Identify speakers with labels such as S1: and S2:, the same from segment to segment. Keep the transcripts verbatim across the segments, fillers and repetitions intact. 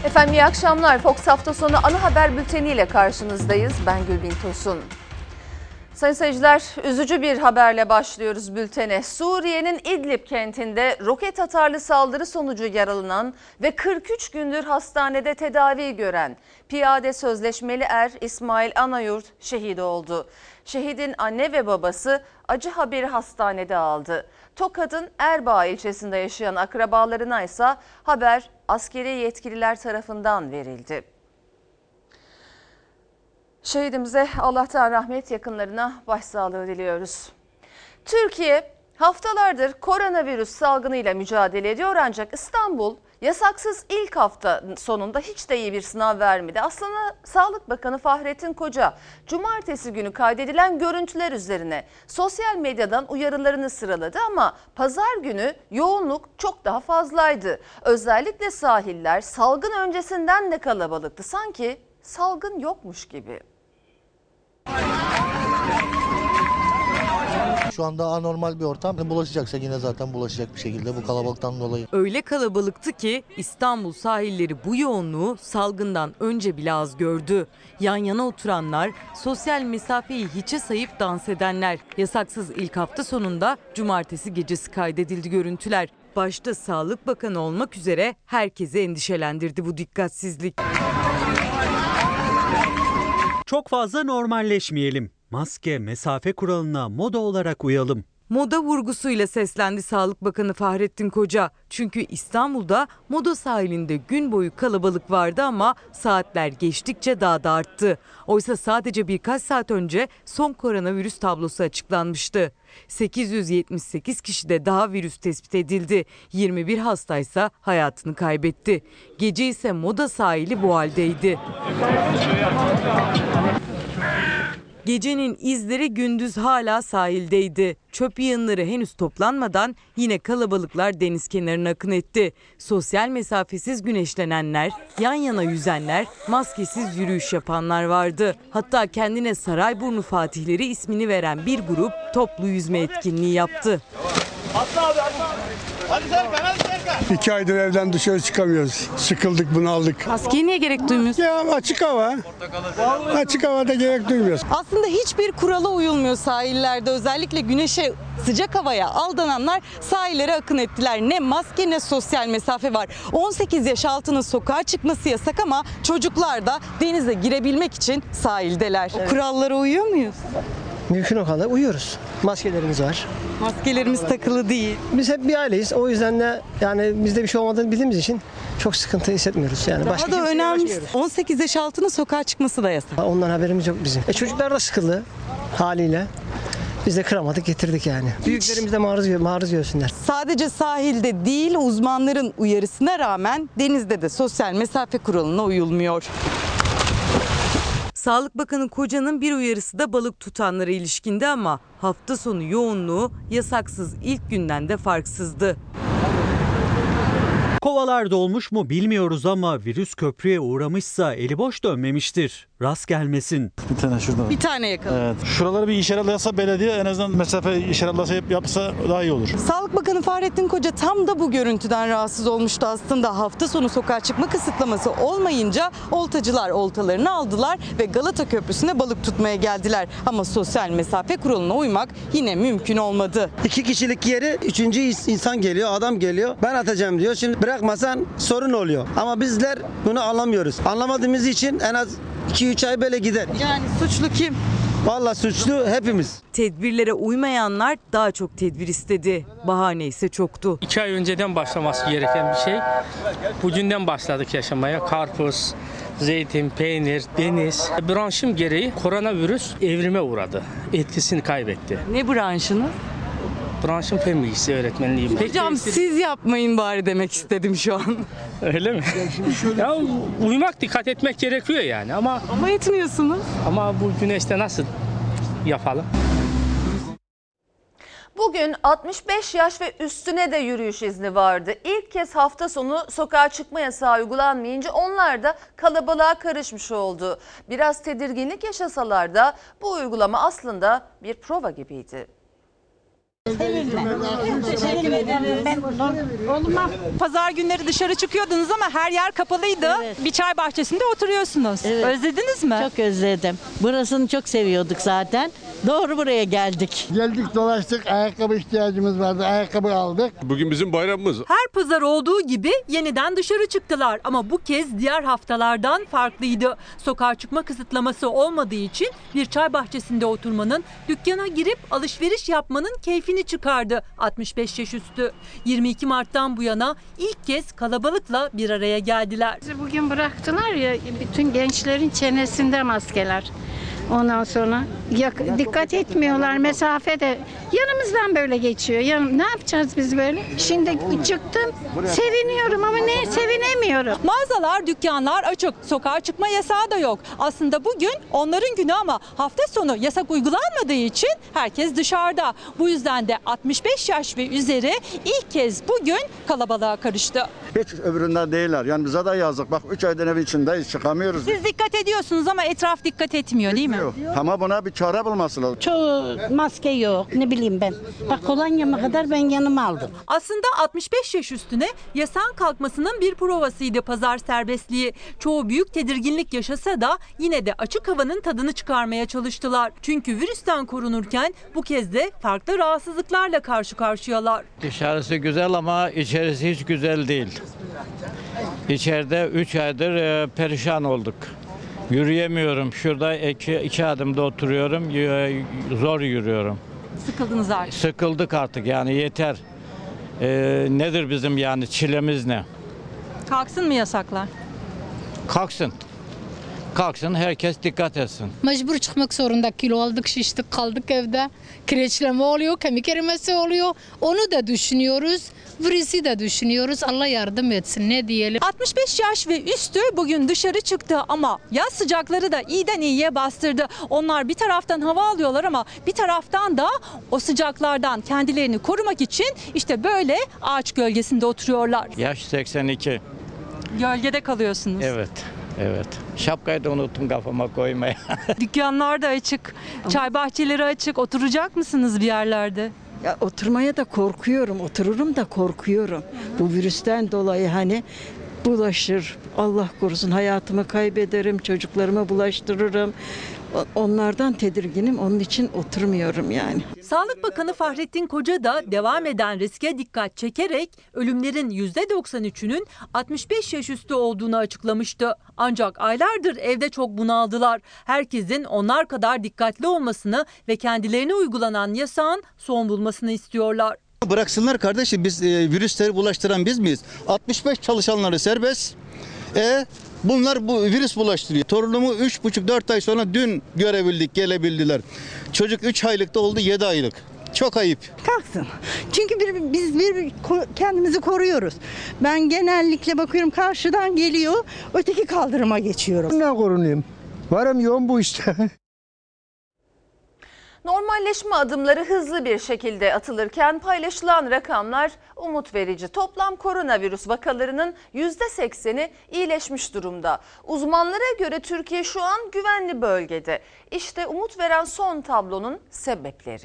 S1: Efendim iyi akşamlar. Fox hafta sonu ana haber bülteniyle karşınızdayız. Ben Gülbin Tosun. Sayın seyirciler, üzücü bir haberle başlıyoruz bültene. Suriye'nin İdlib kentinde roket atarlı saldırı sonucu yaralanan ve kırk üç gündür hastanede tedavi gören piyade sözleşmeli er İsmail Anayurt şehit oldu. Şehidin anne ve babası acı haberi hastanede aldı. Tokat'ın Erbaa ilçesinde yaşayan akrabalarına ise haber askeri yetkililer tarafından verildi. Şehidimize Allah'tan rahmet, yakınlarına başsağlığı diliyoruz. Türkiye haftalardır koronavirüs salgınıyla mücadele ediyor ancak İstanbul yasaksız ilk hafta sonunda hiç de iyi bir sınav vermedi. Aslında Sağlık Bakanı Fahrettin Koca cumartesi günü kaydedilen görüntüler üzerine sosyal medyadan uyarılarını sıraladı ama pazar günü yoğunluk çok daha fazlaydı. Özellikle sahiller salgın öncesinden de kalabalıktı. Sanki salgın yokmuş gibi.
S2: Şu anda anormal bir ortam. Bulaşacaksa yine zaten bulaşacak bir şekilde bu kalabalıktan dolayı.
S3: Öyle kalabalıktı ki İstanbul sahilleri bu yoğunluğu salgından önce bile az gördü. Yan yana oturanlar, sosyal mesafeyi hiçe sayıp dans edenler. Yasaksız ilk hafta sonunda cumartesi gecesi kaydedildi görüntüler. Başta Sağlık Bakanı olmak üzere herkesi endişelendirdi bu dikkatsizlik.
S4: Çok fazla normalleşmeyelim. Maske, mesafe kuralına moda olarak uyalım.
S3: Moda vurgusuyla seslendi Sağlık Bakanı Fahrettin Koca. Çünkü İstanbul'da Moda sahilinde gün boyu kalabalık vardı ama saatler geçtikçe daha da arttı. Oysa sadece birkaç saat önce son koronavirüs tablosu açıklanmıştı. sekiz yüz yetmiş sekiz kişide daha virüs tespit edildi. yirmi bir hastaysa hayatını kaybetti. Gece ise Moda sahili bu haldeydi. Gecenin izleri gündüz hala sahildeydi. Çöp yığınları henüz toplanmadan yine kalabalıklar deniz kenarına akın etti. Sosyal mesafesiz güneşlenenler, yan yana yüzenler, maskesiz yürüyüş yapanlar vardı. Hatta kendine Sarayburnu Fatihleri ismini veren bir grup toplu yüzme etkinliği yaptı.
S5: İki aydır evden dışarı çıkamıyoruz. Sıkıldık, bunaldık.
S3: Maskeye niye gerek duymuyorsun?
S5: Ya açık hava. Açık havada gerek duymuyoruz.
S3: Aslında hiçbir kurala uyulmuyor sahillerde. Özellikle güneşe, sıcak havaya aldananlar sahillere akın ettiler. Ne maske ne sosyal mesafe var. on sekiz yaş altının sokağa çıkması yasak ama çocuklar da denize girebilmek için sahildeler. Evet. Kurallara uyuyor muyuz?
S6: Mümkün o kadar uyuyoruz. Maskelerimiz var.
S3: Maskelerimiz takılı değil.
S6: Biz hep bir aileyiz. O yüzden de yani bizde bir şey olmadığını bildiğimiz için çok sıkıntı hissetmiyoruz. Yani
S3: Daha
S6: başka
S3: da önemli. on sekiz yaş altının sokağa çıkması da yasak.
S6: Ondan haberimiz yok bizim. E çocuklar da sıkıldı haliyle. Biz de kıramadık, getirdik yani. Büyüklerimiz de maruz, maruz görsünler.
S3: Sadece sahilde değil, uzmanların uyarısına rağmen denizde de sosyal mesafe kuralına uyulmuyor. Sağlık Bakanı Koca'nın bir uyarısı da balık tutanlara ilişkindi ama hafta sonu yoğunluğu yasaksız ilk günden de farksızdı.
S4: Kovalar dolmuş mu bilmiyoruz ama virüs köprüye uğramışsa eli boş dönmemiştir. Rast gelmesin.
S7: Bir tane şurada.
S3: Bir tane yakaladı.
S7: Evet. Şuraları bir işaretlese belediye en azından mesafe işaretlese yapsa daha iyi olur.
S3: Sağlık Bakanı Fahrettin Koca tam da bu görüntüden rahatsız olmuştu aslında. Hafta sonu sokağa çıkma kısıtlaması olmayınca oltacılar oltalarını aldılar ve Galata Köprüsü'ne balık tutmaya geldiler. Ama sosyal mesafe kuralına uymak yine mümkün olmadı.
S8: İki kişilik yeri üçüncü insan geliyor, adam geliyor. Ben atacağım diyor. Şimdi bırakmasan sorun oluyor. Ama bizler bunu anlamıyoruz. Anlamadığımız için en az iki üç ay böyle gider.
S3: Yani suçlu kim?
S8: Vallahi suçlu hepimiz.
S3: Tedbirlere uymayanlar daha çok tedbir istedi. Bahane ise çoktu.
S9: İki ay önceden başlaması gereken bir şey. Bugünden başladık yaşamaya. Karpuz, zeytin, peynir, deniz. Branşım gereği koronavirüs evrime uğradı. Etkisini kaybetti.
S3: Ne branşınız?
S9: Branşım fen bilgisi öğretmenliği.
S3: Hocam siz yapmayın bari demek istedim şu an.
S9: Öyle mi? Ya uyumak, dikkat etmek gerekiyor yani ama
S3: Ama etmiyorsunuz.
S9: ama bu güneşte nasıl yapalım?
S1: Bugün altmış beş yaş ve üstüne de yürüyüş izni vardı. İlk kez hafta sonu sokağa çıkma yasağı uygulanmayınca onlar da kalabalığa karışmış oldu. Biraz tedirginlik yaşasalar da bu uygulama aslında bir prova gibiydi.
S10: Teşekkür ederim. Ben oğluma
S11: Pazar günleri dışarı çıkıyordunuz ama her yer kapalıydı.
S10: Evet.
S11: Bir çay bahçesinde oturuyorsunuz.
S10: Evet.
S11: Özlediniz mi?
S10: çok özledim. Burasını çok seviyorduk zaten. Doğru buraya geldik.
S5: Geldik dolaştık, ayakkabı ihtiyacımız vardı, ayakkabı aldık.
S12: Bugün bizim bayramımız.
S3: Her pazar olduğu gibi yeniden dışarı çıktılar ama bu kez diğer haftalardan farklıydı. Sokağa çıkma kısıtlaması olmadığı için bir çay bahçesinde oturmanın, dükkana girip alışveriş yapmanın keyfini çıkardı altmış beş yaş üstü. yirmi iki Mart'tan bu yana ilk kez kalabalıkla bir araya geldiler.
S13: Bugün bıraktılar ya bütün gençlerin çenesinde maskeler. Ondan sonra yak- dikkat etmiyorlar, mesafede yanımızdan böyle geçiyor. Yan- ne yapacağız biz böyle? Şimdi çıktım, seviniyorum ama ne sevinemiyorum.
S11: Mağazalar, dükkanlar açık. Sokağa çıkma yasağı da yok. Aslında bugün onların günü ama hafta sonu yasak uygulanmadığı için herkes dışarıda. Bu yüzden de altmış beş yaş ve üzeri ilk kez bugün kalabalığa karıştı.
S14: Hiç öbüründen değiller. Yani bize de yazık. Bak üç aydan evin içindeyiz, çıkamıyoruz.
S11: Siz dikkat ediyorsunuz ama etraf dikkat etmiyor değil mi?
S14: Ama buna bir çare bulması lazım.
S10: Çoğu maske yok, ne bileyim ben. Bak kolonyama kadar ben yanıma aldım.
S3: Aslında altmış beş yaş üstüne yasağın kalkmasının bir provasıydı pazar serbestliği. Çoğu büyük tedirginlik yaşasa da yine de açık havanın tadını çıkarmaya çalıştılar. Çünkü virüsten korunurken bu kez de farklı rahatsızlıklarla karşı karşıyalar.
S15: Dışarısı güzel ama içerisi hiç güzel değil. İçeride üç aydır e, perişan olduk. Yürüyemiyorum. Şurada iki, iki adımda oturuyorum. Y- Zor yürüyorum.
S11: Sıkıldınız artık.
S15: Sıkıldık artık yani yeter. Ee, nedir bizim yani çilemiz ne?
S11: Kalksın mı yasaklar?
S15: Kalksın. Kalksın herkes dikkat etsin.
S16: Mecbur çıkmak zorunda. Kilo aldık, şiştik, kaldık evde. Kireçleme oluyor, kemik erimesi oluyor. Onu da düşünüyoruz. Virüsü de düşünüyoruz. Allah yardım etsin. Ne diyelim?
S11: altmış beş yaş ve üstü bugün dışarı çıktı ama yaz sıcakları da iyiden iyiye bastırdı. Onlar bir taraftan hava alıyorlar ama bir taraftan da o sıcaklardan kendilerini korumak için işte böyle ağaç gölgesinde oturuyorlar.
S15: Yaş seksen iki.
S11: Gölgede kalıyorsunuz.
S15: Evet. Evet. Şapkayı da unuttum kafama koymaya.
S11: Dükkanlar da açık, çay bahçeleri açık. Oturacak mısınız bir yerlerde?
S17: Ya oturmaya da korkuyorum, otururum da korkuyorum. Bu virüsten dolayı hani bulaşır, Allah korusun hayatımı kaybederim, çocuklarıma bulaştırırım. Onlardan tedirginim, onun için oturmuyorum yani.
S3: Sağlık Bakanı Fahrettin Koca da devam eden riske dikkat çekerek ölümlerin yüzde doksan üçünün altmış beş yaş üstü olduğunu açıklamıştı. Ancak aylardır evde çok bunaldılar. Herkesin onlar kadar dikkatli olmasını ve kendilerine uygulanan yasağın son bulmasını istiyorlar.
S18: Bıraksınlar kardeşim, biz e, virüsleri bulaştıran biz miyiz? altmış beş çalışanları serbest. E bunlar bu virüs bulaştırıyor. Torunumu üç buçuk dört ay sonra dün görebildik, gelebildiler. Çocuk üç aylıkta oldu yedi aylık. Çok ayıp.
S19: Kalksın. Çünkü bir, biz bir kendimizi koruyoruz. Ben genellikle bakıyorum karşıdan geliyor, öteki kaldırıma geçiyorum.
S5: Ne korunayım? Varım yoğun bu işte.
S1: Normalleşme adımları hızlı bir şekilde atılırken paylaşılan rakamlar umut verici. Toplam koronavirüs vakalarının yüzde sekseni iyileşmiş durumda. Uzmanlara göre Türkiye şu an güvenli bölgede. İşte umut veren son tablonun sebepleri.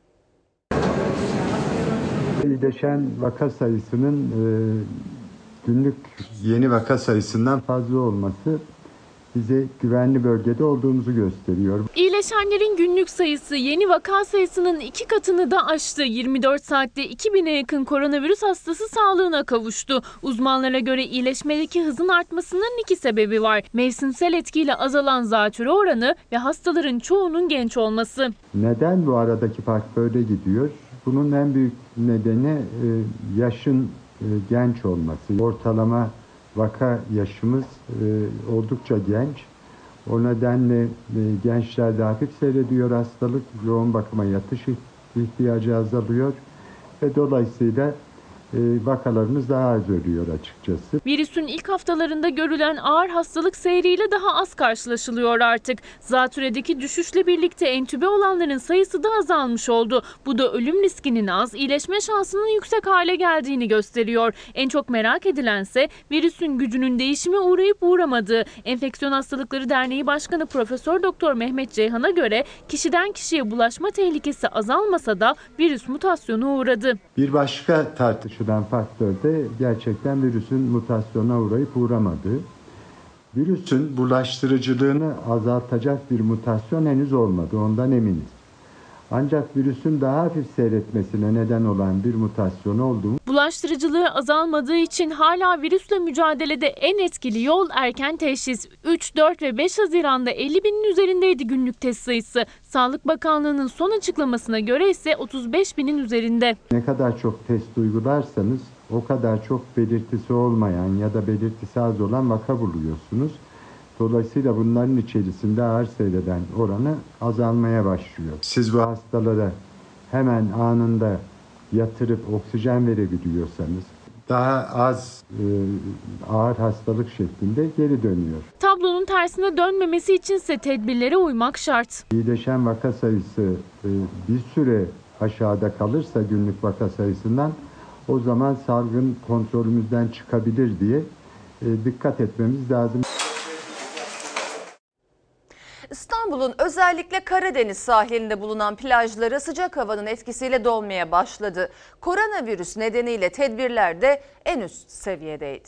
S20: İyileşen vaka sayısının e, günlük yeni vaka sayısından fazla olması bize güvenli bölgede olduğumuzu gösteriyor.
S21: İyileşenlerin günlük sayısı yeni vaka sayısının iki katını da aştı. yirmi dört saatte iki bine yakın koronavirüs hastası sağlığına kavuştu. Uzmanlara göre iyileşmedeki hızın artmasının iki sebebi var. Mevsimsel etkiyle azalan zatürre oranı ve hastaların çoğunun genç olması.
S20: Neden bu aradaki fark böyle gidiyor? Bunun en büyük nedeni e, yaşın e, genç olması. Ortalama vaka yaşımız e, oldukça genç. O nedenle e, gençlerde hafif seyrediyor hastalık, yoğun bakıma yatış ihtiyacı azalıyor ve dolayısıyla vakalarımız daha az ölüyor açıkçası.
S21: Virüsün ilk haftalarında görülen ağır hastalık seyriyle daha az karşılaşılıyor artık. Zatürredeki düşüşle birlikte entübe olanların sayısı da azalmış oldu. Bu da ölüm riskinin az, iyileşme şansının yüksek hale geldiğini gösteriyor. En çok merak edilense virüsün gücünün değişime uğrayıp uğramadığı. Enfeksiyon Hastalıkları Derneği Başkanı Profesör Doktor Mehmet Ceyhan'a göre kişiden kişiye bulaşma tehlikesi azalmasa da virüs mutasyona uğradı.
S20: Bir başka tartışılan faktör de gerçekten virüsün mutasyona uğrayıp uğramadığı. Virüsün bulaştırıcılığını azaltacak bir mutasyon henüz olmadı, ondan eminiz. Ancak virüsün daha hafif seyretmesine neden olan bir mutasyon olduğu.
S21: Bulaştırıcılığı azalmadığı için hala virüsle mücadelede en etkili yol erken teşhis. üç, dört ve beş Haziran'da elli binin üzerindeydi günlük test sayısı. Sağlık Bakanlığı'nın son açıklamasına göre ise otuz beş binin üzerinde.
S20: Ne kadar çok test uygularsanız o kadar çok belirtisi olmayan ya da belirtisi az olan vaka buluyorsunuz. Dolayısıyla bunların içerisinde ağır seyreden oranı azalmaya başlıyor. Siz bu hastalara hemen anında yatırıp oksijen verebiliyorsanız daha az e, ağır hastalık şeklinde geri dönüyor.
S21: Tablonun tersine dönmemesi içinse tedbirlere uymak şart.
S20: İyileşen vaka sayısı e, bir süre aşağıda kalırsa günlük vaka sayısından o zaman salgın kontrolümüzden çıkabilir diye e, dikkat etmemiz lazım.
S1: İstanbul'un özellikle Karadeniz sahilinde bulunan plajları sıcak havanın etkisiyle dolmaya başladı. Koronavirüs nedeniyle tedbirler de en üst seviyedeydi.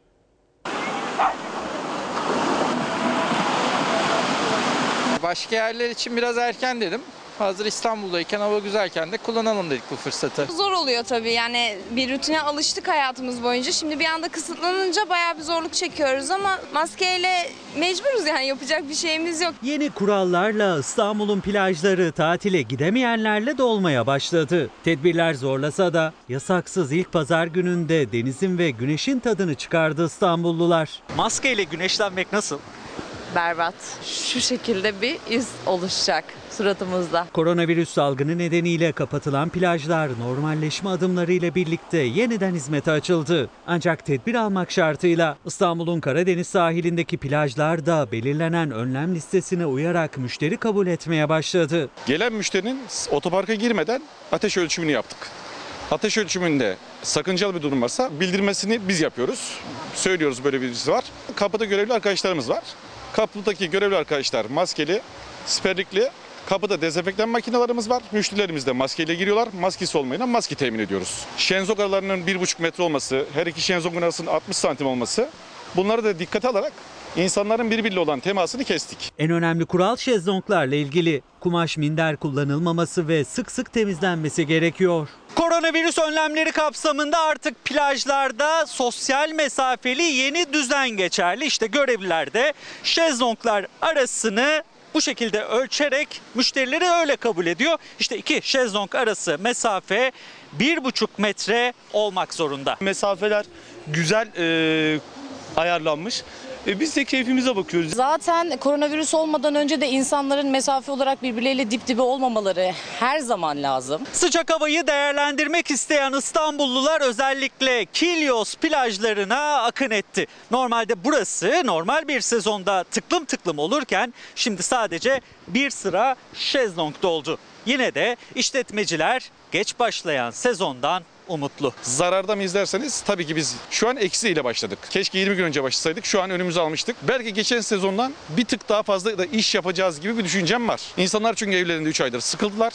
S12: Başka yerler için biraz erken dedim. Hazır İstanbul'dayken, hava güzelken de kullanalım dedik bu fırsatı.
S22: Zor oluyor tabii, yani bir rutine alıştık hayatımız boyunca. Şimdi bir anda kısıtlanınca bayağı bir zorluk çekiyoruz ama maskeyle mecburuz, yani yapacak bir şeyimiz yok.
S4: Yeni kurallarla İstanbul'un plajları tatile gidemeyenlerle dolmaya başladı. Tedbirler zorlasa da yasaksız ilk pazar gününde denizin ve güneşin tadını çıkardı İstanbullular. Maskeyle güneşlenmek nasıl?
S23: Berbat. Şu şekilde bir iz oluşacak suratımızda.
S4: Koronavirüs salgını nedeniyle kapatılan plajlar normalleşme adımlarıyla birlikte yeniden hizmete açıldı. Ancak tedbir almak şartıyla İstanbul'un Karadeniz sahilindeki plajlar da belirlenen önlem listesine uyarak müşteri kabul etmeye başladı.
S24: Gelen müşterinin otoparka girmeden ateş ölçümünü yaptık. Ateş ölçümünde sakıncalı bir durum varsa bildirmesini biz yapıyoruz. Söylüyoruz böyle bir birisi var. Kapıda görevli arkadaşlarımız var. Kapıdaki görevli arkadaşlar maskeli, siperlikli. Kapıda dezenfektan makinelerimiz var. Müşterilerimiz de maskeyle giriyorlar. Maskesi olmayana maske temin ediyoruz. Şenzong aralarının bir buçuk metre olması, her iki şenzongun arasının altmış santim olması. Bunları da dikkate alarak insanların birbiriyle olan temasını kestik.
S4: En önemli kural şezlonglarla ilgili. Kumaş minder kullanılmaması ve sık sık temizlenmesi gerekiyor. Koronavirüs önlemleri kapsamında artık plajlarda sosyal mesafeli yeni düzen geçerli. İşte görevliler de şezlonglar arasını bu şekilde ölçerek müşterileri öyle kabul ediyor. İşte iki şezlong arası mesafe bir buçuk metre olmak zorunda.
S25: Mesafeler güzel e, ayarlanmış. E biz de keyfimize bakıyoruz.
S23: Zaten koronavirüs olmadan önce de insanların mesafe olarak birbirleriyle dip dibe olmamaları her zaman lazım.
S4: Sıcak havayı değerlendirmek isteyen İstanbullular özellikle Kilyos plajlarına akın etti. Normalde burası normal bir sezonda tıklım tıklım olurken şimdi sadece bir sıra şezlong doldu. Yine de işletmeciler geç başlayan sezondan umutlu.
S24: Zararda mı izlerseniz tabii ki biz şu an eksiyle başladık. Keşke yirmi gün önce başlasaydık. Şu an önümüzü almıştık. Belki geçen sezondan bir tık daha fazla da iş yapacağız gibi bir düşüncem var. İnsanlar çünkü evlerinde üç aydır sıkıldılar.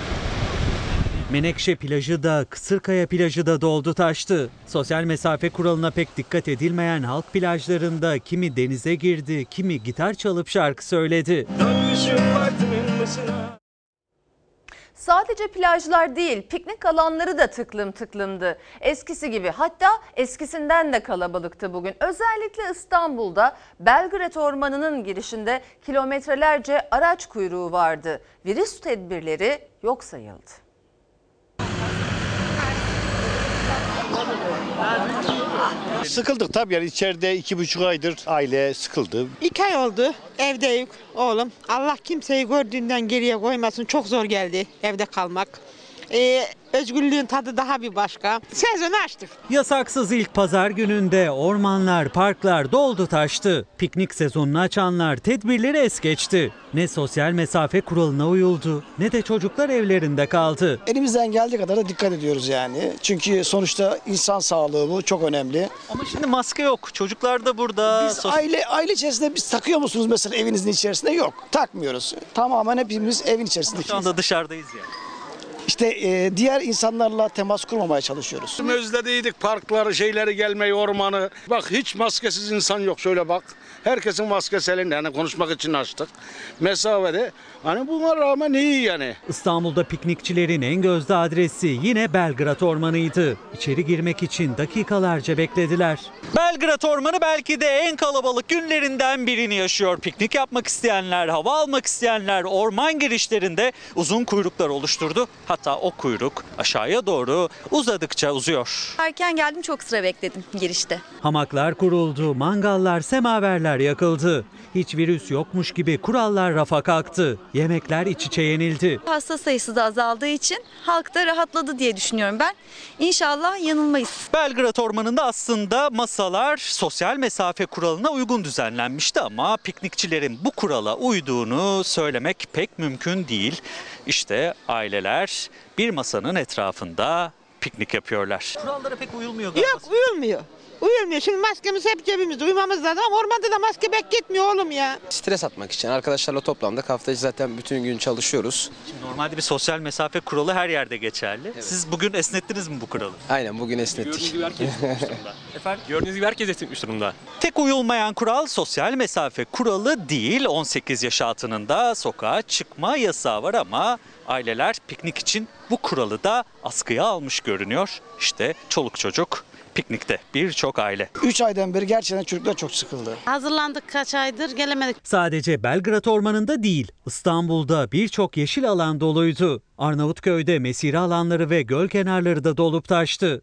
S4: Menekşe plajı da Kısırkaya plajı da doldu taştı. Sosyal mesafe kuralına pek dikkat edilmeyen halk plajlarında kimi denize girdi, kimi gitar çalıp şarkı söyledi.
S1: Sadece plajlar değil, piknik alanları da tıklım tıklımdı. Eskisi gibi, hatta eskisinden de kalabalıktı bugün. Özellikle İstanbul'da Belgrad Ormanı'nın girişinde kilometrelerce araç kuyruğu vardı. Virüs tedbirleri yok sayıldı.
S26: Sıkıldık tabii, yani içeride iki buçuk aydır aile sıkıldı.
S27: İki ay oldu evdeyim oğlum. Allah kimseyi gördüğünden geriye koymasın. Çok zor geldi evde kalmak. Ee, özgürlüğün tadı daha bir başka. Sezonu açtık.
S4: Yasaksız ilk pazar gününde ormanlar, parklar doldu taştı. Piknik sezonunu açanlar tedbirleri es geçti. Ne sosyal mesafe kuralına uyuldu ne de çocuklar evlerinde kaldı.
S2: Elimizden geldiği kadar da dikkat ediyoruz yani. Çünkü sonuçta insan sağlığı bu çok önemli.
S4: Ama şimdi maske yok. Çocuklar da burada.
S2: Biz aile aile içerisinde biz takıyor musunuz mesela evinizin içerisinde? Yok. Takmıyoruz. Tamamen hepimiz evin içerisindeyiz.
S4: Şu anda dışarıdayız yani.
S2: İşte e, diğer insanlarla temas kurmamaya çalışıyoruz.
S6: Özlediydik parkları, şeyleri gelmeyi, ormanı. Bak hiç maskesiz insan yok, şöyle bak. Herkesin maskesi elinde, yani konuşmak için açtık. Mesafede, hani buna rağmen iyi yani.
S4: İstanbul'da piknikçilerin en gözde adresi yine Belgrad Ormanı'ydı. İçeri girmek için dakikalarca beklediler. Belgrad Ormanı belki de en kalabalık günlerinden birini yaşıyor. Piknik yapmak isteyenler, hava almak isteyenler orman girişlerinde uzun kuyruklar oluşturdu. Hatta o kuyruk aşağıya doğru uzadıkça uzuyor.
S7: Erken geldim, çok sıra bekledim girişte.
S4: Hamaklar kuruldu, mangallar, semaverler yakıldı. Hiç virüs yokmuş gibi kurallar rafa kalktı. Yemekler iç içe yenildi.
S7: Hasta sayısı da azaldığı için halk da rahatladı diye düşünüyorum ben. İnşallah yanılmayız.
S4: Belgrad Ormanı'nda aslında masalar sosyal mesafe kuralına uygun düzenlenmişti ama piknikçilerin bu kurala uyduğunu söylemek pek mümkün değil. İşte aileler bir masanın etrafında piknik yapıyorlar. Kurallara pek uyulmuyor galiba.
S27: Yok, uyulmuyor. Uyulmuyor. Şimdi maskemiz hep cebimizde. Uymamız lazım ama ormanda da maske bekletmiyor oğlum ya.
S8: Stres atmak için arkadaşlarla toplandık. Hafta içi zaten bütün gün çalışıyoruz.
S4: Şimdi normalde bir sosyal mesafe kuralı her yerde geçerli. Evet. Siz bugün esnettiniz mi bu kuralı?
S8: Aynen, bugün esnettik.
S9: Gördüğünüz gibi herkes esnetmiş durumda.
S4: Efendim?
S9: Gördüğünüz gibi herkes esnetmiş durumda.
S4: Tek uyulmayan kural sosyal mesafe kuralı değil. on sekiz yaş altında sokağa çıkma yasağı var ama aileler piknik için bu kuralı da askıya almış görünüyor. İşte çoluk çocuk piknikte, birçok aile.
S2: üç aydan beri gerçekten çocuklar çok sıkıldı.
S10: Hazırlandık kaç aydır, gelemedik.
S4: Sadece Belgrad Ormanı'nda değil, İstanbul'da birçok yeşil alan doluydu. Arnavutköy'de mesire alanları ve göl kenarları da dolup taştı.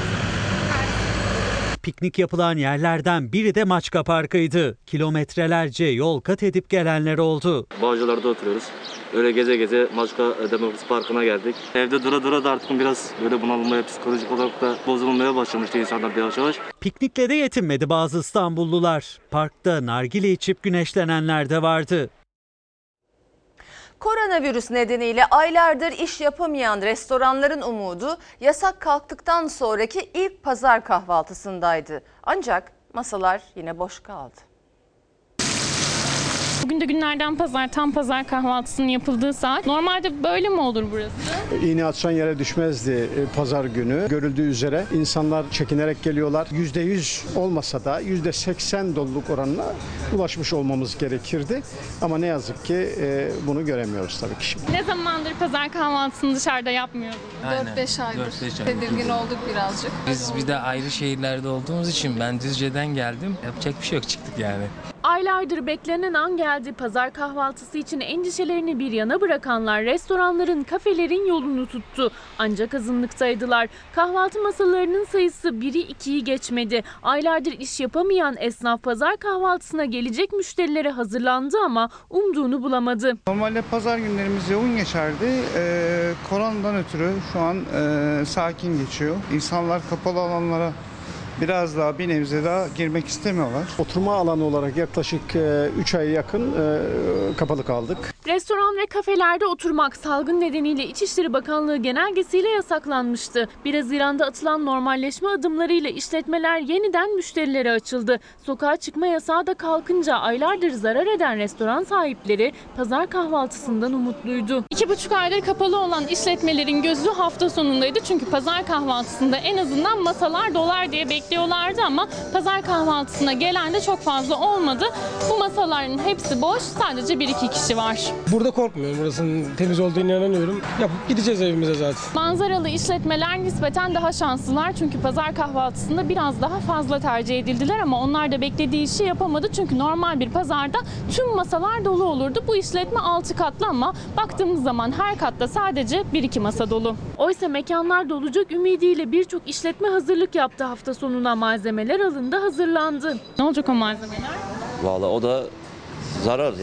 S4: Piknik yapılan yerlerden biri de Maçka Parkı'ydı. Kilometrelerce yol kat edip gelenler oldu.
S13: Bağcılar'da oturuyoruz. Öyle geze geze Maçka Demokrasi Parkı'na geldik. Evde dura dura da artık biraz böyle bunalmaya, psikolojik olarak da bozulmaya başlamıştı insanlar yavaş yavaş.
S4: Piknikle de yetinmedi bazı İstanbullular. Parkta nargile içip güneşlenenler de vardı.
S1: Koronavirüs nedeniyle aylardır iş yapamayan restoranların umudu yasak kalktıktan sonraki ilk pazar kahvaltısındaydı. Ancak masalar yine boş kaldı.
S21: Bugün de günlerden pazar, tam pazar kahvaltısının yapıldığı saat. Normalde böyle mi olur burası?
S26: İğne atsan yere düşmezdi pazar günü. Görüldüğü üzere insanlar çekinerek geliyorlar. yüzde yüz olmasa da yüzde seksen doluluk oranına ulaşmış olmamız gerekirdi. Ama ne yazık ki bunu göremiyoruz tabii ki şimdi.
S21: Ne zamandır pazar kahvaltısını dışarıda yapmıyordunuz?
S14: dört beş aydır. Tedirgin olduk birazcık.
S28: Biz bir de ayrı şehirlerde olduğumuz için ben Düzce'den geldim. Yapacak bir şey yok, çıktık yani.
S21: Aylardır beklenen an geldi. Pazar kahvaltısı için endişelerini bir yana bırakanlar restoranların, kafelerin yolunu tuttu. Ancak azınlıktaydılar. Kahvaltı masalarının sayısı biri ikiyi geçmedi. Aylardır iş yapamayan esnaf pazar kahvaltısına gelecek müşterilere hazırlandı ama umduğunu bulamadı.
S29: Normalde pazar günlerimiz yoğun geçerdi. Ee, koronadan ötürü şu an e, sakin geçiyor. İnsanlar kapalı alanlara biraz daha bir nebze daha girmek istemiyorlar.
S26: Oturma alanı olarak yaklaşık üç aya yakın kapalı kaldık.
S21: Restoran ve kafelerde oturmak salgın nedeniyle İçişleri Bakanlığı genelgesiyle yasaklanmıştı. bir Haziran'da atılan normalleşme adımlarıyla işletmeler yeniden müşterilere açıldı. Sokağa çıkma yasağı da kalkınca aylardır zarar eden restoran sahipleri pazar kahvaltısından umutluydu. İki buçuk aydır kapalı olan işletmelerin gözü hafta sonundaydı. Çünkü pazar kahvaltısında en azından masalar dolar diye bekliyorlardı ama pazar kahvaltısına gelen de çok fazla olmadı. Bu masaların hepsi boş, sadece bir iki kişi var.
S30: Burada korkmuyorum, burasının temiz olduğunu inanıyorum. Yapıp gideceğiz evimize zaten.
S21: Manzaralı işletmeler nispeten daha şanslılar çünkü pazar kahvaltısında biraz daha fazla tercih edildiler ama onlar da beklediği işi yapamadı çünkü normal bir pazarda tüm masalar dolu olurdu. Bu işletme altı katlı ama baktığımız zaman her katta sadece bir iki masa dolu. Oysa mekanlar dolacak ümidiyle birçok işletme hazırlık yaptı hafta sonuna. Malzemeler alındı, hazırlandı. Ne olacak o malzemeler?
S31: Vallahi o da zarar yani.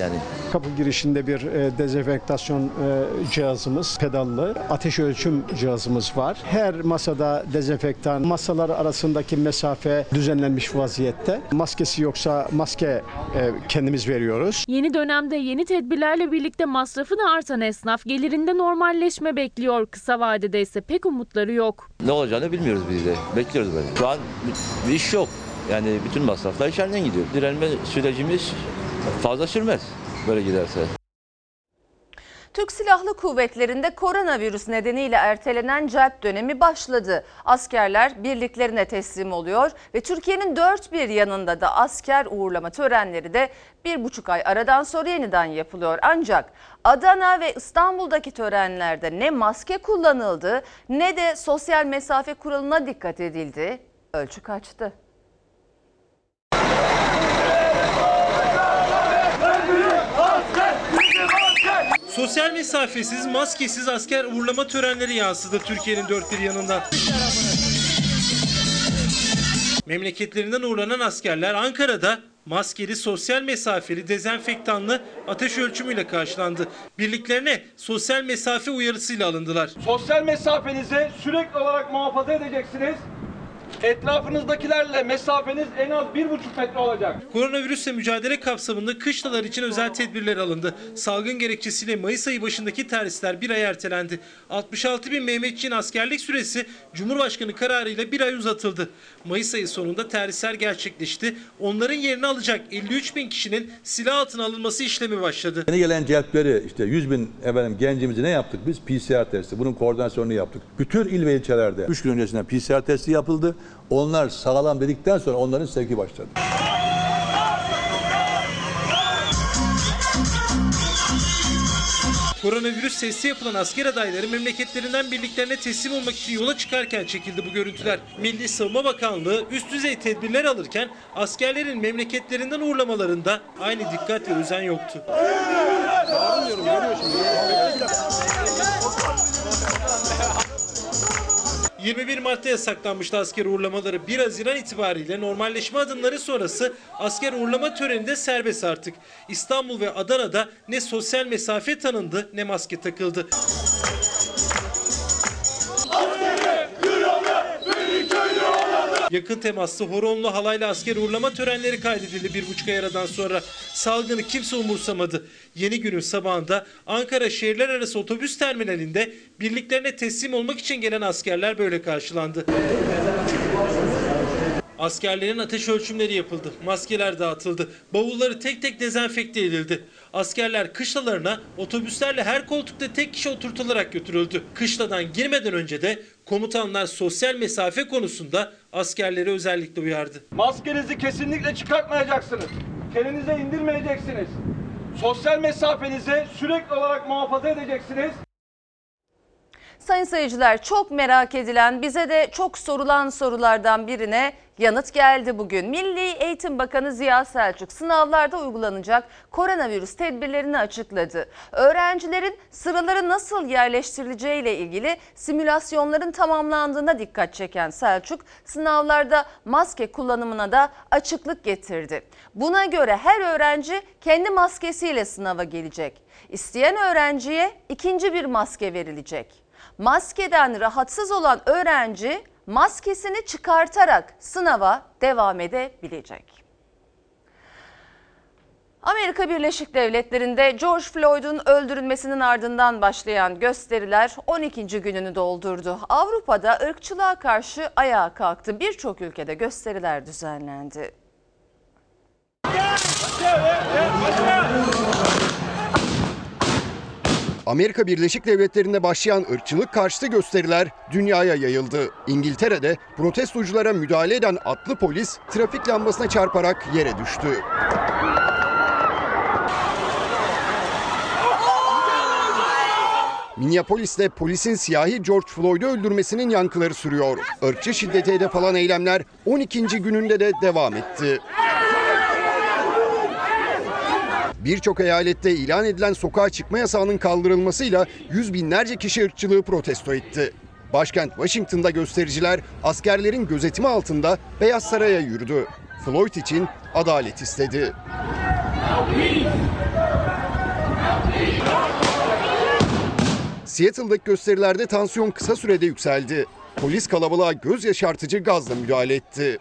S26: Kapı girişinde bir e, dezenfektasyon e, cihazımız, pedallı, ateş ölçüm cihazımız var. Her masada dezenfektan, masalar arasındaki mesafe düzenlenmiş vaziyette. Maskesi yoksa maske e, kendimiz veriyoruz.
S21: Yeni dönemde yeni tedbirlerle birlikte masrafı da artan esnaf gelirinde normalleşme bekliyor. Kısa vadede ise pek umutları yok.
S3: Ne olacağını bilmiyoruz biz de. Bekliyoruz böyle. Şu an bir iş yok. Yani bütün masraflar içeriden gidiyor. Direnme sürecimiz fazla sürmez böyle giderse.
S1: Türk Silahlı Kuvvetleri'nde koronavirüs nedeniyle ertelenen celp dönemi başladı. Askerler birliklerine teslim oluyor ve Türkiye'nin dört bir yanında da asker uğurlama törenleri de bir buçuk ay aradan sonra yeniden yapılıyor. Ancak Adana ve İstanbul'daki törenlerde ne maske kullanıldı ne de sosyal mesafe kuralına dikkat edildi. Ölçü kaçtı.
S5: Sosyal mesafesiz, maskesiz asker uğurlama törenleri yansıdı Türkiye'nin dört bir yanından. Memleketlerinden uğurlanan askerler Ankara'da maskeli, sosyal mesafeli, dezenfektanlı ateş ölçümüyle karşılandı. Birliklerine sosyal mesafe uyarısıyla alındılar.
S11: Sosyal mesafenizi sürekli olarak muhafaza edeceksiniz. Etrafınızdakilerle mesafeniz en az bir buçuk metre olacak.
S5: Koronavirüsle mücadele kapsamında kışlalar için özel tedbirler alındı. Salgın gerekçesiyle Mayıs ayı başındaki terhisler bir ay ertelendi. altmış altı bin Mehmetçiğin askerlik süresi Cumhurbaşkanı kararıyla bir ay uzatıldı. Mayıs ayı sonunda terhisler gerçekleşti. Onların yerini alacak elli üç bin kişinin silah altına alınması işlemi başladı.
S12: Yeni gelen celpleri işte yüz bin efendim gencimizi ne yaptık biz? P C R testi. Bunun koordinasyonunu yaptık. Bütün il ve ilçelerde üç gün öncesinden P C R testi yapıldı. Onlar sağlam dedikten sonra onların sevki başladı.
S5: Koronavirüs testi yapılan asker adayları memleketlerinden birliklerine teslim olmak için yola çıkarken çekildi bu görüntüler. Milli Savunma Bakanlığı üst düzey tedbirler alırken askerlerin memleketlerinden uğurlamalarında aynı dikkat ve özen yoktu. yirmi bir Mart'ta yasaklanmıştı asker uğurlamaları. bir Haziran itibariyle normalleşme adımları sonrası asker uğurlama töreni de serbest artık. İstanbul ve Adana'da ne sosyal mesafe tanındı ne maske takıldı. Yakın temaslı horonlu halayla asker uğurlama törenleri kaydedildi bir buçuk ay aradan sonra. Salgını kimse umursamadı. Yeni günün sabahında Ankara şehirler arası otobüs terminalinde birliklerine teslim olmak için gelen askerler böyle karşılandı. Askerlerin ateş ölçümleri yapıldı. Maskeler dağıtıldı. Bavulları tek tek dezenfekte edildi. Askerler kışlalarına otobüslerle her koltukta tek kişi oturtularak götürüldü. Kışladan girmeden önce de komutanlar sosyal mesafe konusunda askerleri özellikle uyardı.
S11: Maskenizi kesinlikle çıkartmayacaksınız. Kendinize indirmeyeceksiniz. Sosyal mesafenizi sürekli olarak muhafaza edeceksiniz.
S1: Sayın seyirciler, çok merak edilen, bize de çok sorulan sorulardan birine yanıt geldi bugün. Milli Eğitim Bakanı Ziya Selçuk sınavlarda uygulanacak koronavirüs tedbirlerini açıkladı. Öğrencilerin sıraları nasıl yerleştirileceğiyle ilgili simülasyonların tamamlandığına dikkat çeken Selçuk, sınavlarda maske kullanımına da açıklık getirdi. Buna göre her öğrenci kendi maskesiyle sınava gelecek. İsteyen öğrenciye ikinci bir maske verilecek. Maskeden rahatsız olan öğrenci maskesini çıkartarak sınava devam edebilecek. Amerika Birleşik Devletleri'nde George Floyd'un öldürülmesinin ardından başlayan gösteriler on ikinci gününü doldurdu. Avrupa'da ırkçılığa karşı ayağa kalktı. Birçok ülkede gösteriler düzenlendi.
S15: Amerika Birleşik Devletleri'nde başlayan ırkçılık karşıtı gösteriler dünyaya yayıldı. İngiltere'de protestoculara müdahale eden atlı polis trafik lambasına çarparak yere düştü. Minneapolis'te polisin siyahi George Floyd'u öldürmesinin yankıları sürüyor. Irkçı şiddete hedef alan eylemler on ikinci gününde de devam etti. Birçok eyalette ilan edilen sokağa çıkma yasağının kaldırılmasıyla yüz binlerce kişi ırkçılığı protesto etti. Başkent Washington'da göstericiler askerlerin gözetimi altında Beyaz Saray'a yürüdü. Floyd için adalet istedi. Seattle'daki gösterilerde tansiyon kısa sürede yükseldi. Polis kalabalığa göz yaşartıcı gazla müdahale etti.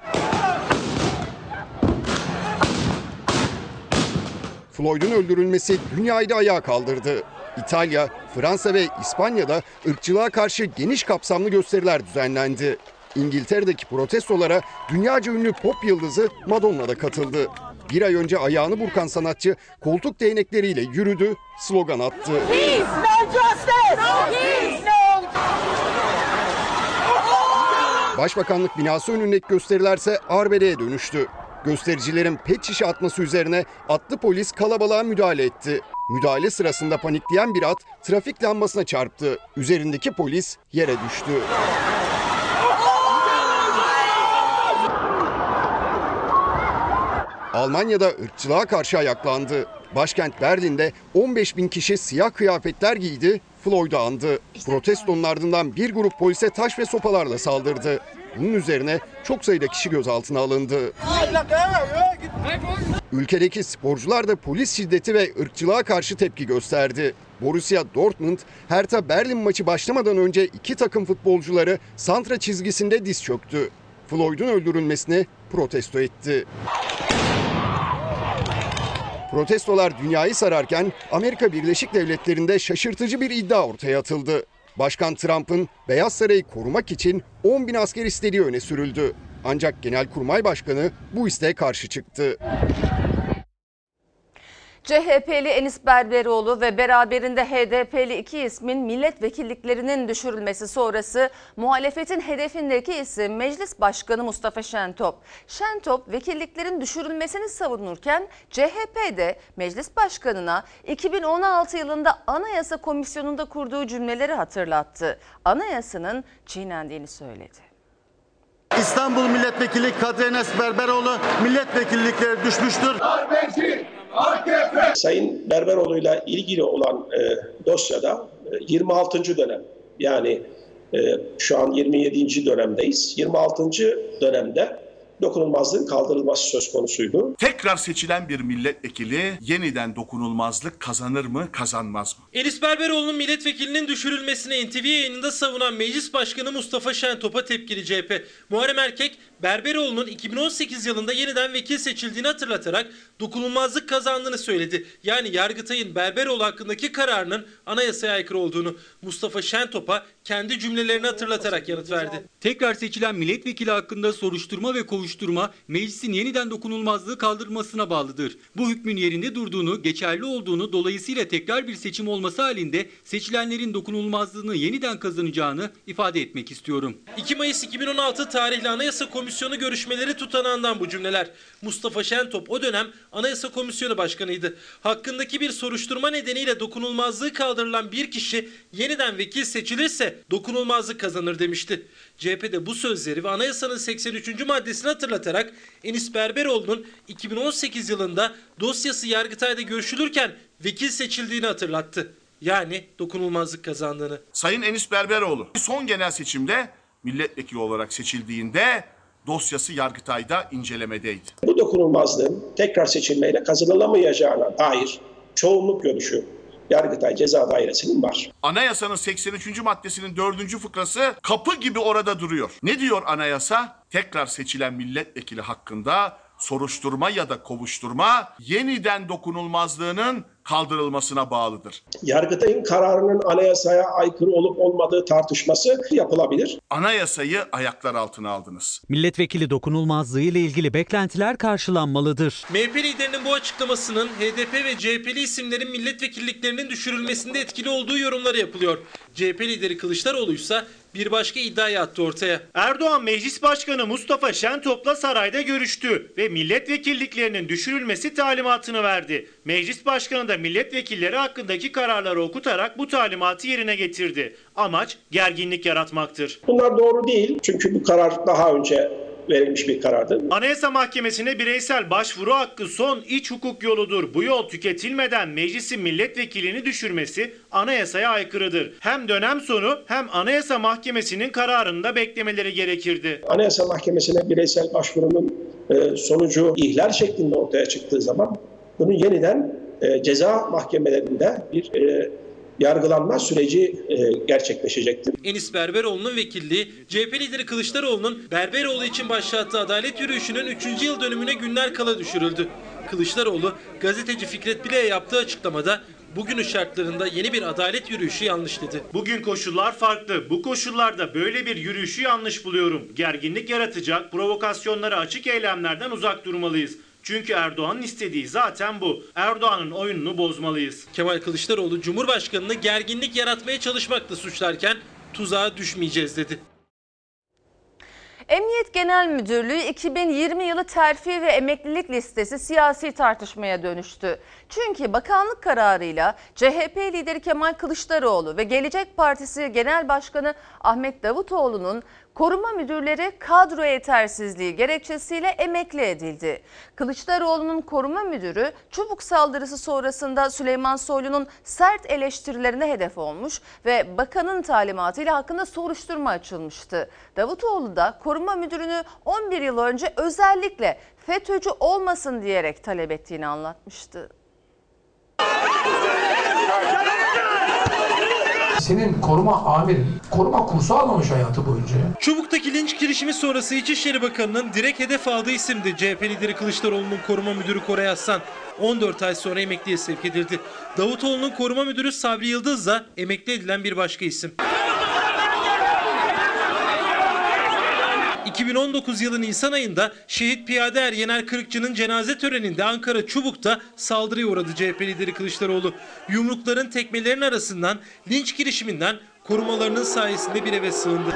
S15: Floyd'un öldürülmesi dünyayı da ayağa kaldırdı. İtalya, Fransa ve İspanya'da ırkçılığa karşı geniş kapsamlı gösteriler düzenlendi. İngiltere'deki protestolara dünyaca ünlü pop yıldızı Madonna da katıldı. Bir ay önce ayağını burkan sanatçı koltuk değnekleriyle yürüdü, slogan attı.
S6: Peace, no justice! No peace, no...
S15: Başbakanlık binası önündeki gösterilerse arbedeye dönüştü. Göstericilerin pet şişe atması üzerine atlı polis kalabalığa müdahale etti. Müdahale sırasında panikleyen bir at trafik lambasına çarptı. Üzerindeki polis yere düştü. Almanya'da ırkçılığa karşı ayaklandı. Başkent Berlin'de on beş bin kişi siyah kıyafetler giydi, Floyd'u andı. Protestonun ardından bir grup polise taş ve sopalarla saldırdı. Bunun üzerine çok sayıda kişi gözaltına alındı. Ülkedeki sporcular da polis şiddeti ve ırkçılığa karşı tepki gösterdi. Borussia Dortmund, Hertha Berlin maçı başlamadan önce iki takım futbolcuları santra çizgisinde diz çöktü. Floyd'un öldürülmesini protesto etti. Protestolar dünyayı sararken Amerika Birleşik Devletleri'nde şaşırtıcı bir iddia ortaya atıldı. Başkan Trump'ın Beyaz Sarayı korumak için on bin asker istediği öne sürüldü. Ancak Genelkurmay Başkanı bu isteğe karşı çıktı.
S1: C H P'li Enis Berberoğlu ve beraberinde H D P'li iki ismin milletvekilliklerinin düşürülmesi sonrası muhalefetin hedefindeki isim Meclis Başkanı Mustafa Şentop. Şentop vekilliklerin düşürülmesini savunurken C H P de Meclis Başkanı'na iki bin on altı yılında Anayasa Komisyonu'nda kurduğu cümleleri hatırlattı. Anayasanın çiğnendiğini söyledi.
S16: İstanbul Milletvekili Kadri Enes Berberoğlu milletvekillikleri düşmüştür.
S17: Darbeci, A K P. Sayın Berberoğlu'yla ilgili olan e, dosyada e, yirmi altıncı dönem, yani e, şu an yirmi yedinci dönemdeyiz. yirmi altıncı dönemde dokunulmazlığın kaldırılması söz konusuydu.
S18: Tekrar seçilen bir milletvekili yeniden dokunulmazlık kazanır mı, kazanmaz mı?
S5: Enis Berberoğlu'nun milletvekilinin düşürülmesini N T V yayınında savunan Meclis Başkanı Mustafa Şentop'a tepkili C H P. Muharrem Erkek, Berberoğlu'nun iki bin on sekiz yılında yeniden vekil seçildiğini hatırlatarak dokunulmazlık kazandığını söyledi. Yani Yargıtay'ın Berberoğlu hakkındaki kararının anayasaya aykırı olduğunu Mustafa Şentop'a kendi cümlelerini hatırlatarak yanıt verdi.
S19: Tekrar seçilen milletvekili hakkında soruşturma ve kovuşturma meclisin yeniden dokunulmazlığı kaldırmasına bağlıdır. Bu hükmün yerinde durduğunu, geçerli olduğunu, dolayısıyla tekrar bir seçim olması halinde seçilenlerin dokunulmazlığını yeniden kazanacağını ifade etmek istiyorum.
S5: iki Mayıs iki bin on altı tarihli Anayasa Komisyonu görüşmeleri tutanağından bu cümleler. Mustafa Şentop o dönem Anayasa Komisyonu Başkanıydı. Hakkındaki bir soruşturma nedeniyle dokunulmazlığı kaldırılan bir kişi yeniden vekil seçilirse dokunulmazlık kazanır demişti. C H P de bu sözleri ve anayasanın seksen üçüncü maddesini hatırlatarak Enis Berberoğlu'nun iki bin on sekiz yılında dosyası Yargıtay'da görüşülürken vekil seçildiğini hatırlattı. Yani dokunulmazlık kazandığını.
S18: Sayın Enis Berberoğlu son genel seçimde milletvekili olarak seçildiğinde dosyası Yargıtay'da incelemedeydi.
S17: Bu dokunulmazlığın tekrar seçilmeyle kazanılamayacağına dair çoğunluk görüşü Yargıtay Ceza Dairesi'nin var.
S18: Anayasanın seksen üçüncü maddesinin dördüncü fıkrası kapı gibi orada duruyor. Ne diyor anayasa? Tekrar seçilen milletvekili hakkında soruşturma ya da kovuşturma yeniden dokunulmazlığının kaldırılmasına bağlıdır.
S17: Yargıtay'ın kararının anayasaya aykırı olup olmadığı tartışması yapılabilir.
S18: Anayasayı ayaklar altına aldınız.
S4: Milletvekili dokunulmazlığı ile ilgili beklentiler karşılanmalıdır.
S5: M H P liderinin bu açıklamasının H D P ve C H P'li isimlerin milletvekilliklerinin düşürülmesinde etkili olduğu yorumları yapılıyor. C H P lideri Kılıçdaroğlu ise bir başka iddiayı attı ortaya.
S20: Erdoğan Meclis Başkanı Mustafa Şentop'la sarayda görüştü ve milletvekilliklerinin düşürülmesi talimatını verdi. Meclis Başkanı da milletvekilleri hakkındaki kararları okutarak bu talimatı yerine getirdi. Amaç gerginlik yaratmaktır.
S17: Bunlar doğru değil, çünkü bu karar daha önce verilmiş bir karardı.
S20: Anayasa Mahkemesi'ne bireysel başvuru hakkı son iç hukuk yoludur. Bu yol tüketilmeden meclisin milletvekilini düşürmesi anayasaya aykırıdır. Hem dönem sonu hem Anayasa Mahkemesi'nin kararında beklemeleri gerekirdi.
S17: Anayasa Mahkemesi'ne bireysel başvurunun sonucu ihlal şeklinde ortaya çıktığı zaman bunun yeniden e, ceza mahkemelerinde bir e, yargılanma süreci e, gerçekleşecektir.
S5: Enis Berberoğlu'nun vekilliği, C H P lideri Kılıçdaroğlu'nun Berberoğlu için başlattığı adalet yürüyüşünün üçüncü yıl dönümüne günler kala düşürüldü. Kılıçdaroğlu, gazeteci Fikret Bile'ye yaptığı açıklamada bugünün şartlarında yeni bir adalet yürüyüşü yanlış dedi.
S20: Bugün koşullar farklı. Bu koşullarda böyle bir yürüyüşü yanlış buluyorum. Gerginlik yaratacak, provokasyonlara açık eylemlerden uzak durmalıyız. Çünkü Erdoğan'ın istediği zaten bu. Erdoğan'ın oyununu bozmalıyız.
S5: Kemal Kılıçdaroğlu, Cumhurbaşkanı'nı gerginlik yaratmaya çalışmakla suçlarken tuzağa düşmeyeceğiz dedi.
S1: Emniyet Genel Müdürlüğü iki bin yirmi yılı terfi ve emeklilik listesi siyasi tartışmaya dönüştü. Çünkü bakanlık kararıyla C H P lideri Kemal Kılıçdaroğlu ve Gelecek Partisi Genel Başkanı Ahmet Davutoğlu'nun koruma müdürleri kadro yetersizliği gerekçesiyle emekli edildi. Kılıçdaroğlu'nun koruma müdürü çubuk saldırısı sonrasında Süleyman Soylu'nun sert eleştirilerine hedef olmuş ve bakanın talimatıyla hakkında soruşturma açılmıştı. Davutoğlu da koruma müdürünü on bir yıl önce özellikle FETÖ'cü olmasın diyerek talep ettiğini anlatmıştı.
S2: Senin koruma amirin koruma kursu almamış hayatı boyunca.
S5: Çubuk'taki linç girişimi sonrası İçişleri Bakanı'nın direkt hedef aldığı isimdi. C H P lideri Kılıçdaroğlu'nun koruma müdürü Koray Aslan on dört ay sonra emekliye sevk edildi. Davutoğlu'nun koruma müdürü Sabri Yıldız da emekli edilen bir başka isim. iki bin on dokuz yılı Nisan ayında şehit piyade er Yener Kırıkçı'nın cenaze töreninde Ankara Çubuk'ta saldırıya uğradı C H P lideri Kılıçdaroğlu. Yumrukların, tekmelerin arasından, linç girişiminden korumalarının sayesinde bir eve sığındı.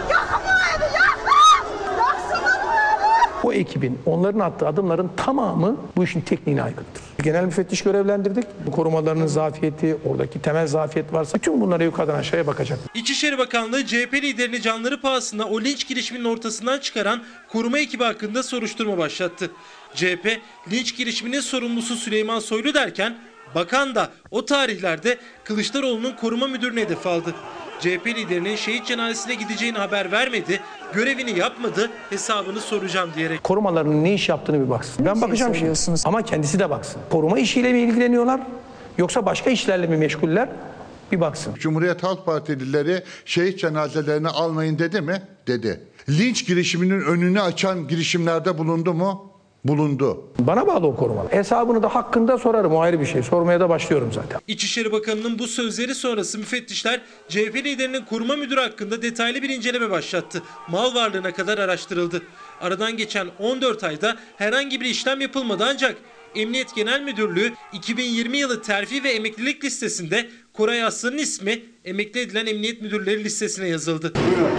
S2: O ekibin, onların attığı adımların tamamı bu işin tekniğine aykırıdır. Genel müfettiş görevlendirdik. Bu korumalarının zafiyeti, oradaki temel zafiyet varsa bütün bunlara yukarıdan aşağıya bakacak.
S5: İçişleri Bakanlığı C H P liderini canları pahasına o linç girişiminin ortasından çıkaran koruma ekibi hakkında soruşturma başlattı. C H P linç girişiminin sorumlusu Süleyman Soylu derken bakan da o tarihlerde Kılıçdaroğlu'nun koruma müdürünü hedef aldı. C H P liderinin şehit cenazesine gideceğini haber vermedi, görevini yapmadı, hesabını soracağım diyerek.
S2: Korumalarının ne iş yaptığını bir baksın. Ben bakacağım şimdi. Ama kendisi de baksın. Koruma işiyle mi ilgileniyorlar yoksa başka işlerle mi meşguller? Bir baksın.
S7: Cumhuriyet Halk Partilileri şehit cenazelerini almayın dedi mi? Dedi. Linç girişiminin önünü açan girişimlerde bulundu mu? Bulundu.
S2: Bana bağlı o korumalar. Hesabını da hakkında sorarım, o ayrı bir şey. Sormaya da başlıyorum zaten.
S5: İçişleri Bakanı'nın bu sözleri sonrası müfettişler C H P liderinin koruma müdürü hakkında detaylı bir inceleme başlattı. Mal varlığına kadar araştırıldı. Aradan geçen on dört ayda herhangi bir işlem yapılmadı ancak Emniyet Genel Müdürlüğü iki bin yirmi yılı terfi ve emeklilik listesinde Koray Aslan'ın ismi emekli edilen emniyet müdürleri listesine yazıldı.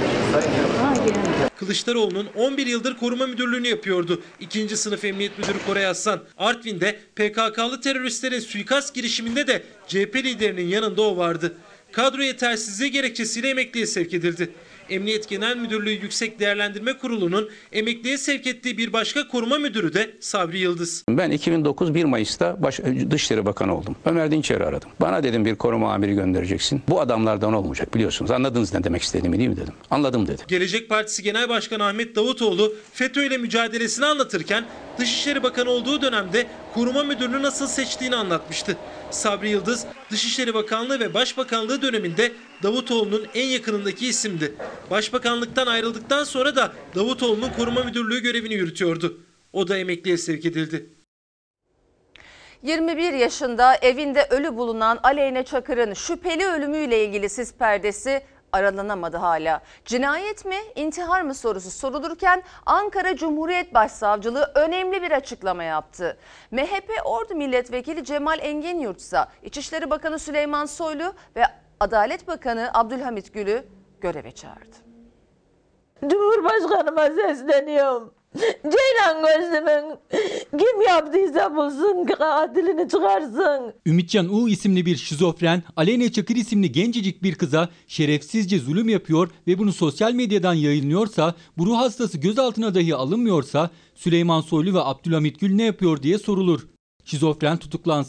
S5: Kılıçdaroğlu'nun on bir yıldır koruma müdürlüğünü yapıyordu. İkinci sınıf emniyet müdürü Koray Aslan, Artvin'de P K K'lı teröristlerin suikast girişiminde de C H P liderinin yanında o vardı. Kadro yetersizliği gerekçesiyle emekliye sevk edildi. Emniyet Genel Müdürlüğü Yüksek Değerlendirme Kurulu'nun emekliye sevk ettiği bir başka koruma müdürü de Sabri Yıldız.
S8: Ben iki bin dokuz bir Mayıs'ta baş, Dışişleri Bakanı oldum. Ömer Dinçer'i aradım. Bana dedim bir koruma amiri göndereceksin. Bu adamlardan olmayacak biliyorsunuz. Anladınız ne demek istediğimi değil mi dedim. Anladım dedi.
S5: Gelecek Partisi Genel Başkanı Ahmet Davutoğlu FETÖ ile mücadelesini anlatırken Dışişleri Bakanı olduğu dönemde koruma müdürünü nasıl seçtiğini anlatmıştı. Sabri Yıldız, Dışişleri Bakanlığı ve Başbakanlığı döneminde Davutoğlu'nun en yakınındaki isimdi. Başbakanlıktan ayrıldıktan sonra da Davutoğlu'nun koruma müdürlüğü görevini yürütüyordu. O da emekliye sevk edildi.
S1: yirmi bir yaşında evinde ölü bulunan Aleyna Çakır'ın şüpheli ölümüyle ilgili sis perdesi aralanamadı hala. Cinayet mi, intihar mı sorusu sorulurken Ankara Cumhuriyet Başsavcılığı önemli bir açıklama yaptı. M H P Ordu Milletvekili Cemal Engenyurt ise İçişleri Bakanı Süleyman Soylu ve Adalet Bakanı Abdülhamit Gül'ü göreve çağırdı.
S6: Cumhurbaşkanıma sesleniyorum. Ceylan Gözlüm'ün kim yaptıysa bulsun, katilini çıkarsın.
S19: Ümitcan U isimli bir şizofren, Aleyna Çakır isimli gencecik bir kıza şerefsizce zulüm yapıyor ve bunu sosyal medyadan yayınlıyorsa, bu ruh hastası gözaltına dahi alınmıyorsa Süleyman Soylu ve Abdülhamit Gül ne yapıyor diye sorulur. Şizofren tutuklansın.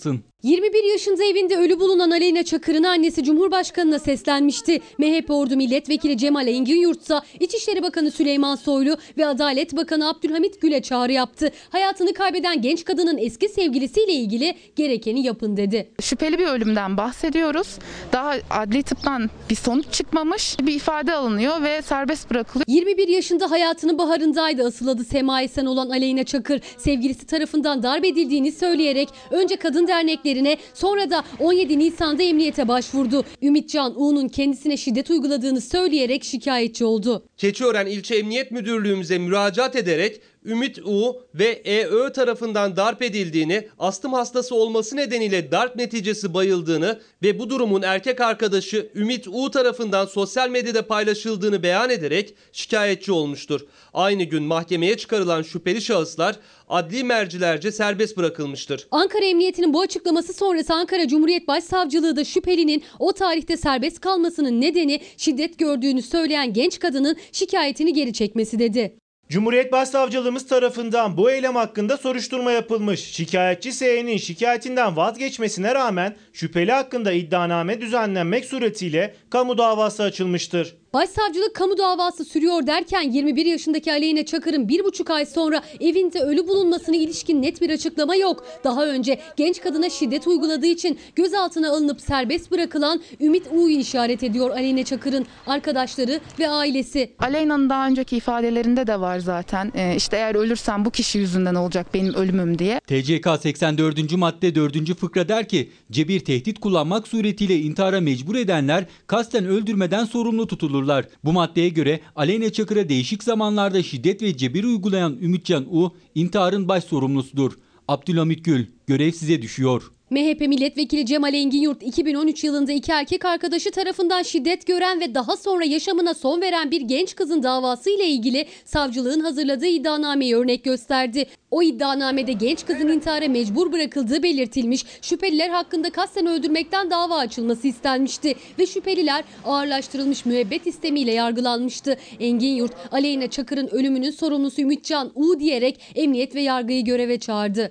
S9: yirmi bir yaşında evinde ölü bulunan Aleyna Çakır'ın annesi Cumhurbaşkanı'na seslenmişti. M H P Ordu Milletvekili Cemal Engin ise İçişleri Bakanı Süleyman Soylu ve Adalet Bakanı Abdülhamit Gül'e çağrı yaptı. Hayatını kaybeden genç kadının eski sevgilisiyle ilgili gerekeni yapın dedi.
S10: Şüpheli bir ölümden bahsediyoruz. Daha adli tıptan bir sonuç çıkmamış. Bir ifade alınıyor ve serbest bırakılıyor.
S9: yirmi bir yaşında hayatının baharındaydı. Asıl adı Sema Esen olan Aleyna Çakır, sevgilisi tarafından darp edildiğini söyleyerek önce kadın derneklerine, sonra da on yedi Nisan'da emniyete başvurdu. Ümitcan U'nun kendisine şiddet uyguladığını söyleyerek şikayetçi oldu.
S13: Keçiören İlçe Emniyet Müdürlüğümüze müracaat ederek Ümit U ve E Ö tarafından darp edildiğini, astım hastası olması nedeniyle darp neticesi bayıldığını ve bu durumun erkek arkadaşı Ümit U tarafından sosyal medyada paylaşıldığını beyan ederek şikayetçi olmuştur. Aynı gün mahkemeye çıkarılan şüpheli şahıslar adli mercilerce serbest bırakılmıştır.
S9: Ankara Emniyeti'nin bu açıklaması sonrası Ankara Cumhuriyet Başsavcılığı da şüphelinin o tarihte serbest kalmasının nedeni şiddet gördüğünü söyleyen genç kadının şikayetini geri çekmesi dedi.
S20: Cumhuriyet Başsavcılığımız tarafından bu eylem hakkında soruşturma yapılmış. Şikayetçi S'nin şikayetinden vazgeçmesine rağmen şüpheli hakkında iddianame düzenlenmek suretiyle kamu davası açılmıştır.
S9: Başsavcılık kamu davası sürüyor derken yirmi bir yaşındaki Aleyna Çakır'ın bir buçuk ay sonra evinde ölü bulunmasına ilişkin net bir açıklama yok. Daha önce genç kadına şiddet uyguladığı için gözaltına alınıp serbest bırakılan Ümit U'yu işaret ediyor Aleyna Çakır'ın arkadaşları ve ailesi.
S10: Aleyna'nın daha önceki ifadelerinde de var zaten. Ee, işte eğer ölürsem bu kişi yüzünden olacak benim ölümüm diye.
S19: T C K seksen dördüncü madde dördüncü fıkra der ki cebir tehdit kullanmak suretiyle intihara mecbur edenler kasten öldürmeden sorumlu tutulur. Bu maddeye göre Aleyna Çakır'a değişik zamanlarda şiddet ve cebir uygulayan Ümitcan U, intiharın baş sorumlusudur. Abdülhamit Gül, görev size düşüyor.
S9: M H P Milletvekili Cemal Engin iki bin on üç yılında iki erkek arkadaşı tarafından şiddet gören ve daha sonra yaşamına son veren bir genç kızın davası ile ilgili savcılığın hazırladığı iddianameyi örnek gösterdi. O iddianamede genç kızın intihara mecbur bırakıldığı belirtilmiş, şüpheliler hakkında kasten öldürmekten dava açılması istenmişti ve şüpheliler ağırlaştırılmış müebbet istemiyle yargılanmıştı. Engin Yurt, Aleyna Çakır'ın ölümünün sorumlusu Ümitcan U diyerek emniyet ve yargıyı göreve çağırdı.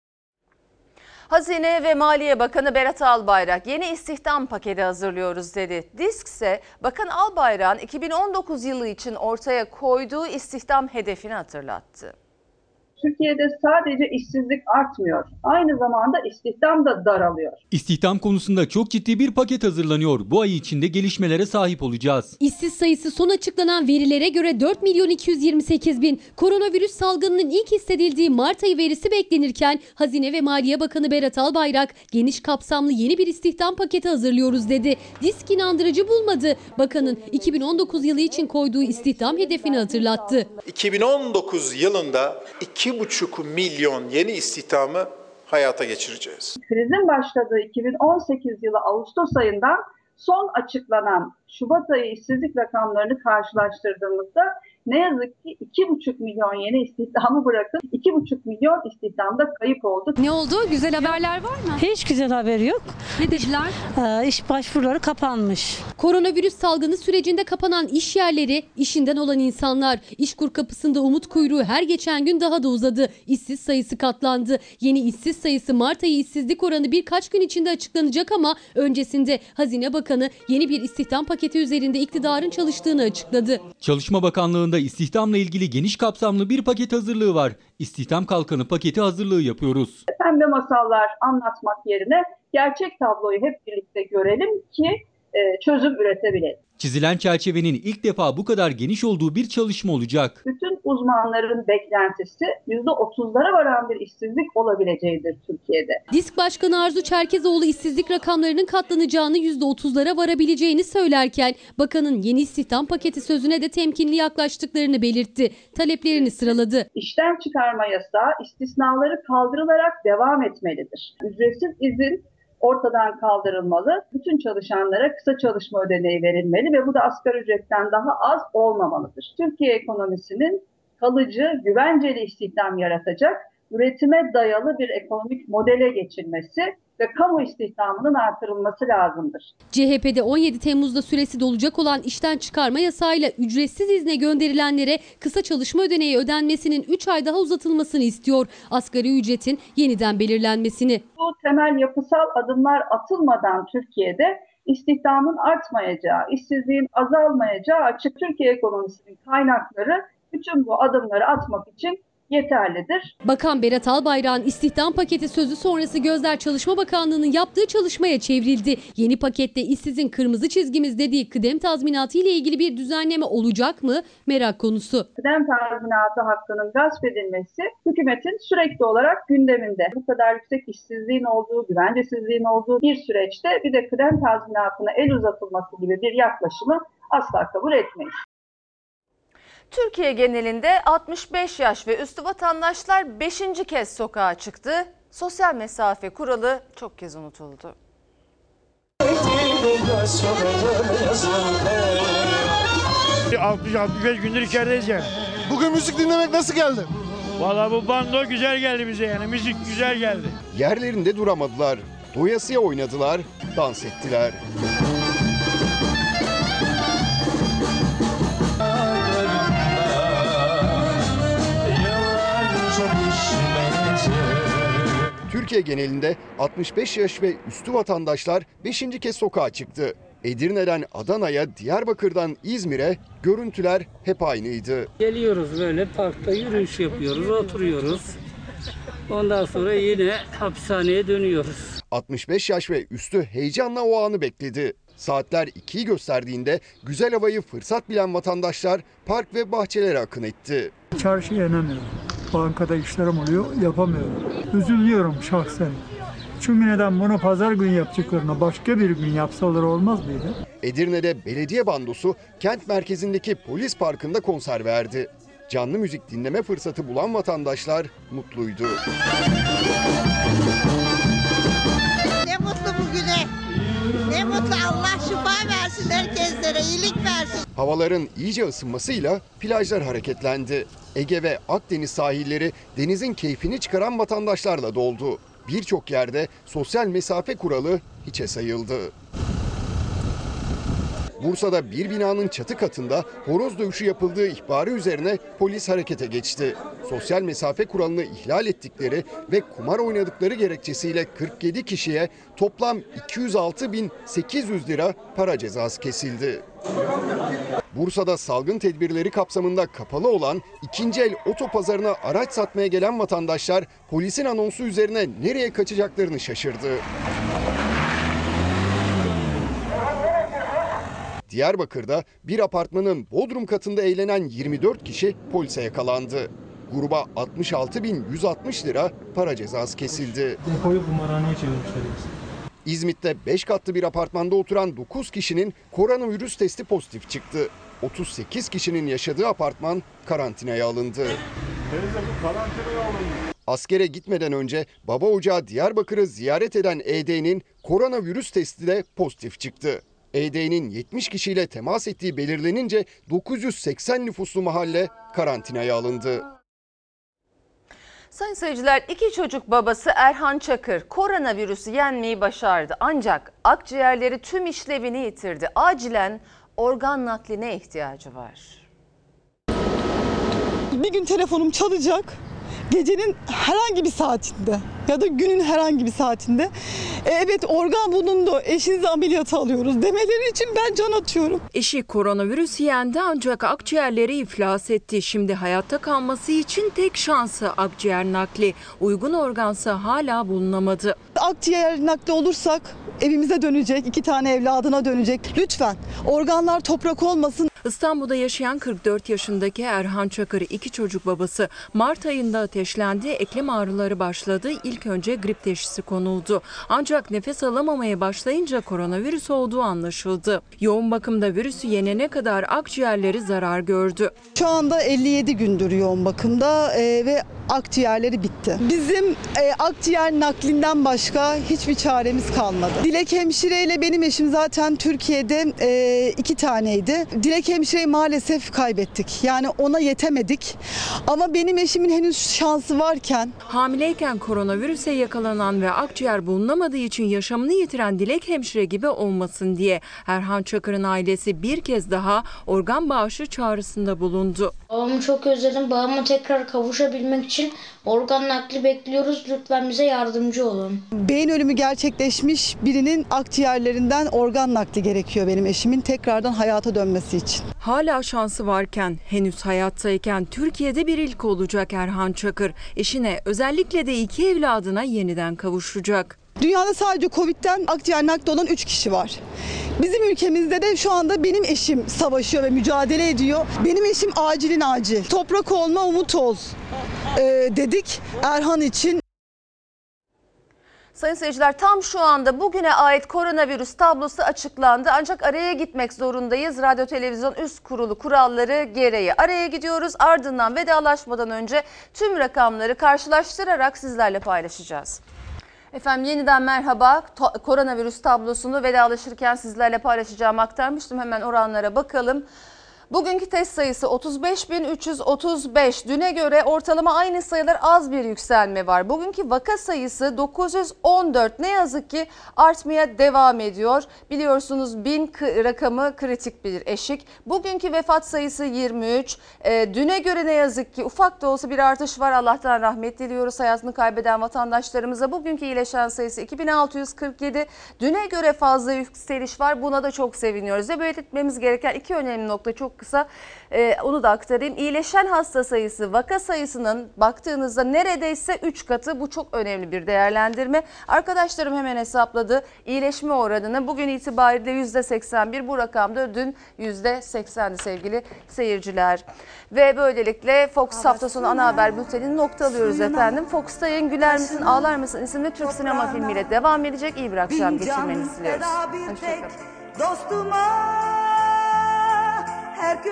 S1: Hazine ve Maliye Bakanı Berat Albayrak yeni istihdam paketi hazırlıyoruz dedi. Disk ise Bakan Albayrak'ın iki bin on dokuz yılı için ortaya koyduğu istihdam hedefini hatırlattı.
S14: Türkiye'de sadece işsizlik artmıyor, aynı zamanda istihdam da daralıyor.
S19: İstihdam konusunda çok ciddi bir paket hazırlanıyor. Bu ay içinde gelişmelere sahip olacağız.
S9: İşsiz sayısı son açıklanan verilere göre dört milyon iki yüz yirmi sekiz bin. Koronavirüs salgınının ilk hissedildiği Mart ayı verisi beklenirken Hazine ve Maliye Bakanı Berat Albayrak geniş kapsamlı yeni bir istihdam paketi hazırlıyoruz dedi. Disk inandırıcı bulmadı. Bakanın iki bin on dokuz yılı için koyduğu istihdam hedefini hatırlattı.
S22: iki bin on dokuz yılında iki buçuk milyon yeni istihdamı hayata geçireceğiz.
S14: Krizin başladığı iki bin on sekiz yılı Ağustos ayından son açıklanan Şubat ayı işsizlik rakamlarını karşılaştırdığımızda ne yazık ki iki buçuk milyon yeni istihdamı bırakın iki buçuk milyon istihdamda kayıp oldu.
S9: Ne oldu? Güzel haberler var mı?
S23: Hiç güzel haber yok.
S9: Ne dediler?
S23: Ee, iş başvuruları kapanmış.
S9: Koronavirüs salgını sürecinde kapanan iş yerleri, işinden olan insanlar, İşkur kapısında umut kuyruğu her geçen gün daha da uzadı. İşsiz sayısı katlandı. Yeni işsiz sayısı Mart ayı işsizlik oranı birkaç gün içinde açıklanacak ama öncesinde Hazine Bakanı yeni bir istihdam paketi üzerinde iktidarın çalıştığını açıkladı.
S19: Çalışma Bakanlığı'nda istihdamla ilgili geniş kapsamlı bir paket hazırlığı var. İstihdam Kalkanı paketi hazırlığı yapıyoruz.
S14: Pembe masallar anlatmak yerine gerçek tabloyu hep birlikte görelim ki çözüm üretebilelim.
S19: Çizilen çerçevenin ilk defa bu kadar geniş olduğu bir çalışma olacak.
S14: Bütün uzmanların beklentisi yüzde otuzlara varan bir işsizlik olabileceğidir Türkiye'de.
S9: Disk Başkanı Arzu Çerkezoğlu işsizlik rakamlarının katlanacağını, yüzde otuzlara varabileceğini söylerken bakanın yeni istihdam paketi sözüne de temkinli yaklaştıklarını belirtti. Taleplerini sıraladı.
S14: İşten çıkarma yasağı istisnaları kaldırılarak devam etmelidir. Ücretsiz izin ortadan kaldırılmalı. Bütün çalışanlara kısa çalışma ödeneği verilmeli ve bu da asgari ücretten daha az olmamalıdır. Türkiye ekonomisinin kalıcı, güvenceli istihdam yaratacak üretime dayalı bir ekonomik modele geçilmesi ve kamu istihdamının artırılması lazımdır.
S9: C H P'de on yedi Temmuz'da süresi dolacak olan işten çıkarma yasağıyla ücretsiz izne gönderilenlere kısa çalışma ödeneği ödenmesinin üç ay daha uzatılmasını istiyor. Asgari ücretin yeniden belirlenmesini.
S14: Bu temel yapısal adımlar atılmadan Türkiye'de istihdamın artmayacağı, işsizliğin azalmayacağı açık. Türkiye ekonomisinin kaynakları bütün bu adımları atmak için yeterlidir.
S9: Bakan Berat Albayrak'ın istihdam paketi sözü sonrası gözler Çalışma Bakanlığı'nın yaptığı çalışmaya çevrildi. Yeni pakette işsizin kırmızı çizgimiz dediği kıdem tazminatı ile ilgili bir düzenleme olacak mı? Merak konusu.
S14: Kıdem tazminatı hakkının gasp edilmesi hükümetin sürekli olarak gündeminde. Bu kadar yüksek işsizliğin olduğu, güvencesizliğin olduğu bir süreçte bir de kıdem tazminatına el uzatılması gibi bir yaklaşımı asla kabul etmeyiz.
S1: Türkiye genelinde altmış beş yaş ve üstü vatandaşlar beşinci kez sokağa çıktı. Sosyal mesafe kuralı çok kez unutuldu.
S3: altmış altmış beş gündür içerideyiz yani.
S12: Bugün müzik dinlemek nasıl geldi?
S3: Vallahi bu bando güzel geldi bize yani. Müzik güzel geldi.
S15: Yerlerinde duramadılar. Doyasıya oynadılar, dans ettiler. Türkiye genelinde altmış beş yaş ve üstü vatandaşlar beşinci kez sokağa çıktı. Edirne'den Adana'ya, Diyarbakır'dan İzmir'e görüntüler hep aynıydı.
S21: Geliyoruz böyle parkta yürüyüş yapıyoruz, oturuyoruz. Ondan sonra yine hapishaneye dönüyoruz.
S15: altmış beş yaş ve üstü heyecanla o anı bekledi. Saatler ikiyi gösterdiğinde güzel havayı fırsat bilen vatandaşlar park ve bahçelere akın etti.
S3: Çarşıya inemiyorum. Bankada işlerim oluyor, yapamıyorum. Üzülüyorum şahsen. Çünkü neden bunu pazar günü yapacaklarına başka bir gün yapsalar olmaz mıydı?
S15: Edirne'de belediye bandosu kent merkezindeki polis parkında konser verdi. Canlı müzik dinleme fırsatı bulan vatandaşlar mutluydu.
S24: Ne mutlu bugüne. Ne mutlu, Allah şifa versin herkeslere, iyilik versin.
S15: Havaların iyice ısınmasıyla plajlar hareketlendi. Ege ve Akdeniz sahilleri denizin keyfini çıkaran vatandaşlarla doldu. Birçok yerde sosyal mesafe kuralı hiçe sayıldı. Bursa'da bir binanın çatı katında horoz dövüşü yapıldığı ihbarı üzerine polis harekete geçti. Sosyal mesafe kuralını ihlal ettikleri ve kumar oynadıkları gerekçesiyle kırk yedi kişiye toplam iki yüz altı bin sekiz yüz lira para cezası kesildi. Bursa'da salgın tedbirleri kapsamında kapalı olan ikinci el otopazarına araç satmaya gelen vatandaşlar polisin anonsu üzerine nereye kaçacaklarını şaşırdı. Diyarbakır'da bir apartmanın bodrum katında eğlenen yirmi dört kişi polise yakalandı. Gruba altmış altı bin yüz altmış lira para cezası kesildi.
S3: Depoyu kumarhaneye çevirmişler.
S15: İzmit'te beş katlı bir apartmanda oturan dokuz kişinin koronavirüs testi pozitif çıktı. otuz sekiz kişinin yaşadığı apartman karantinaya alındı. Askere gitmeden önce baba ocağı Diyarbakır'ı ziyaret eden E D'nin koronavirüs testi de pozitif çıktı. E D'nin yetmiş kişiyle temas ettiği belirlenince dokuz yüz seksen nüfuslu mahalle karantinaya alındı.
S1: Sayın seyirciler, iki çocuk babası Erhan Çakır koronavirüsü yenmeyi başardı. Ancak akciğerleri tüm işlevini yitirdi. Acilen organ nakline ihtiyacı var.
S25: Bir gün telefonum çalacak. Gecenin herhangi bir saatinde ya da günün herhangi bir saatinde e, evet organ bulundu, eşinizi ameliyata alıyoruz demeleri için ben can atıyorum.
S26: Eşi koronavirüs yendi ancak akciğerleri iflas etti. Şimdi hayatta kalması için tek şansı akciğer nakli. Uygun organsa hala bulunamadı.
S25: Akciğer nakli olursak evimize dönecek, iki tane evladına dönecek. Lütfen organlar toprak olmasın.
S26: İstanbul'da yaşayan kırk dört yaşındaki Erhan Çakır iki çocuk babası. Mart ayında ateşlendi, eklem ağrıları başladı. İlk ilk önce grip teşhisi konuldu. Ancak nefes alamamaya başlayınca koronavirüs olduğu anlaşıldı. Yoğun bakımda virüsü yenene kadar akciğerleri zarar gördü.
S25: Şu anda elli yedi gündür yoğun bakımda e, ve akciğerleri bitti. Bizim e, akciğer naklinden başka hiçbir çaremiz kalmadı. Dilek hemşire ile benim eşim zaten Türkiye'de e, iki taneydi. Dilek hemşireyi maalesef kaybettik. Yani ona yetemedik. Ama benim eşimin henüz şansı varken...
S26: Hamileyken koronavirüse yakalanan ve akciğer bulunamadığı için yaşamını yitiren Dilek hemşire gibi olmasın diye Erhan Çakır'ın ailesi bir kez daha organ bağışı çağrısında bulundu.
S4: Babamı çok özledim. Babama tekrar kavuşabilmek için organ nakli bekliyoruz. Lütfen bize yardımcı olun.
S25: Beyin ölümü gerçekleşmiş birinin akciğerlerinden organ nakli gerekiyor benim eşimin tekrardan hayata dönmesi için.
S26: Hala şansı varken, henüz hayattayken Türkiye'de bir ilk olacak Erhan Çakır. Eşine, özellikle de iki evladına yeniden kavuşacak.
S25: Dünyada sadece Covid'den akciğer nakli olan üç kişi var. Bizim ülkemizde de şu anda benim eşim savaşıyor ve mücadele ediyor. Benim eşim acilin acil. Toprak olma, umut ol ee, dedik Erhan için.
S1: Sayın seyirciler, tam şu anda bugüne ait koronavirüs tablosu açıklandı. Ancak araya gitmek zorundayız. Radyo Televizyon Üst Kurulu kuralları gereği araya gidiyoruz. Ardından vedalaşmadan önce tüm rakamları karşılaştırarak sizlerle paylaşacağız. Efendim yeniden merhaba. To- koronavirüs tablosunu vedalaşırken sizlerle paylaşacağımı aktarmıştım. Hemen oranlara bakalım. Bugünkü test sayısı otuz beş bin üç yüz otuz beş. Düne göre ortalama aynı sayılar, az bir yükselme var. Bugünkü vaka sayısı dokuz yüz on dört. Ne yazık ki artmaya devam ediyor. Biliyorsunuz bin rakamı kritik bir eşik. Bugünkü vefat sayısı yirmi üç. E, düne göre ne yazık ki ufak da olsa bir artış var. Allah'tan rahmet diliyoruz hayatını kaybeden vatandaşlarımıza. Bugünkü iyileşen sayısı iki bin altı yüz kırk yedi. Düne göre fazla yükseliş var. Buna da çok seviniyoruz. Ve belirtmemiz gereken iki önemli nokta çok kısa ee, onu da aktarayım. İyileşen hasta sayısı vaka sayısının baktığınızda neredeyse üç katı. Bu çok önemli bir değerlendirme. Arkadaşlarım hemen hesapladı. İyileşme oranını bugün itibariyle yüzde seksen bir. Bu rakamda dün yüzde seksendi sevgili seyirciler. Ve böylelikle Fox hafta sonu ana haber bültenini noktalıyoruz efendim. Fox'ta yayın Güler Misin Ağlar Mısın isimli Türk sinema filmiyle devam edecek. İyi bir akşam geçirmenizi diliyoruz. Hoşçakalın.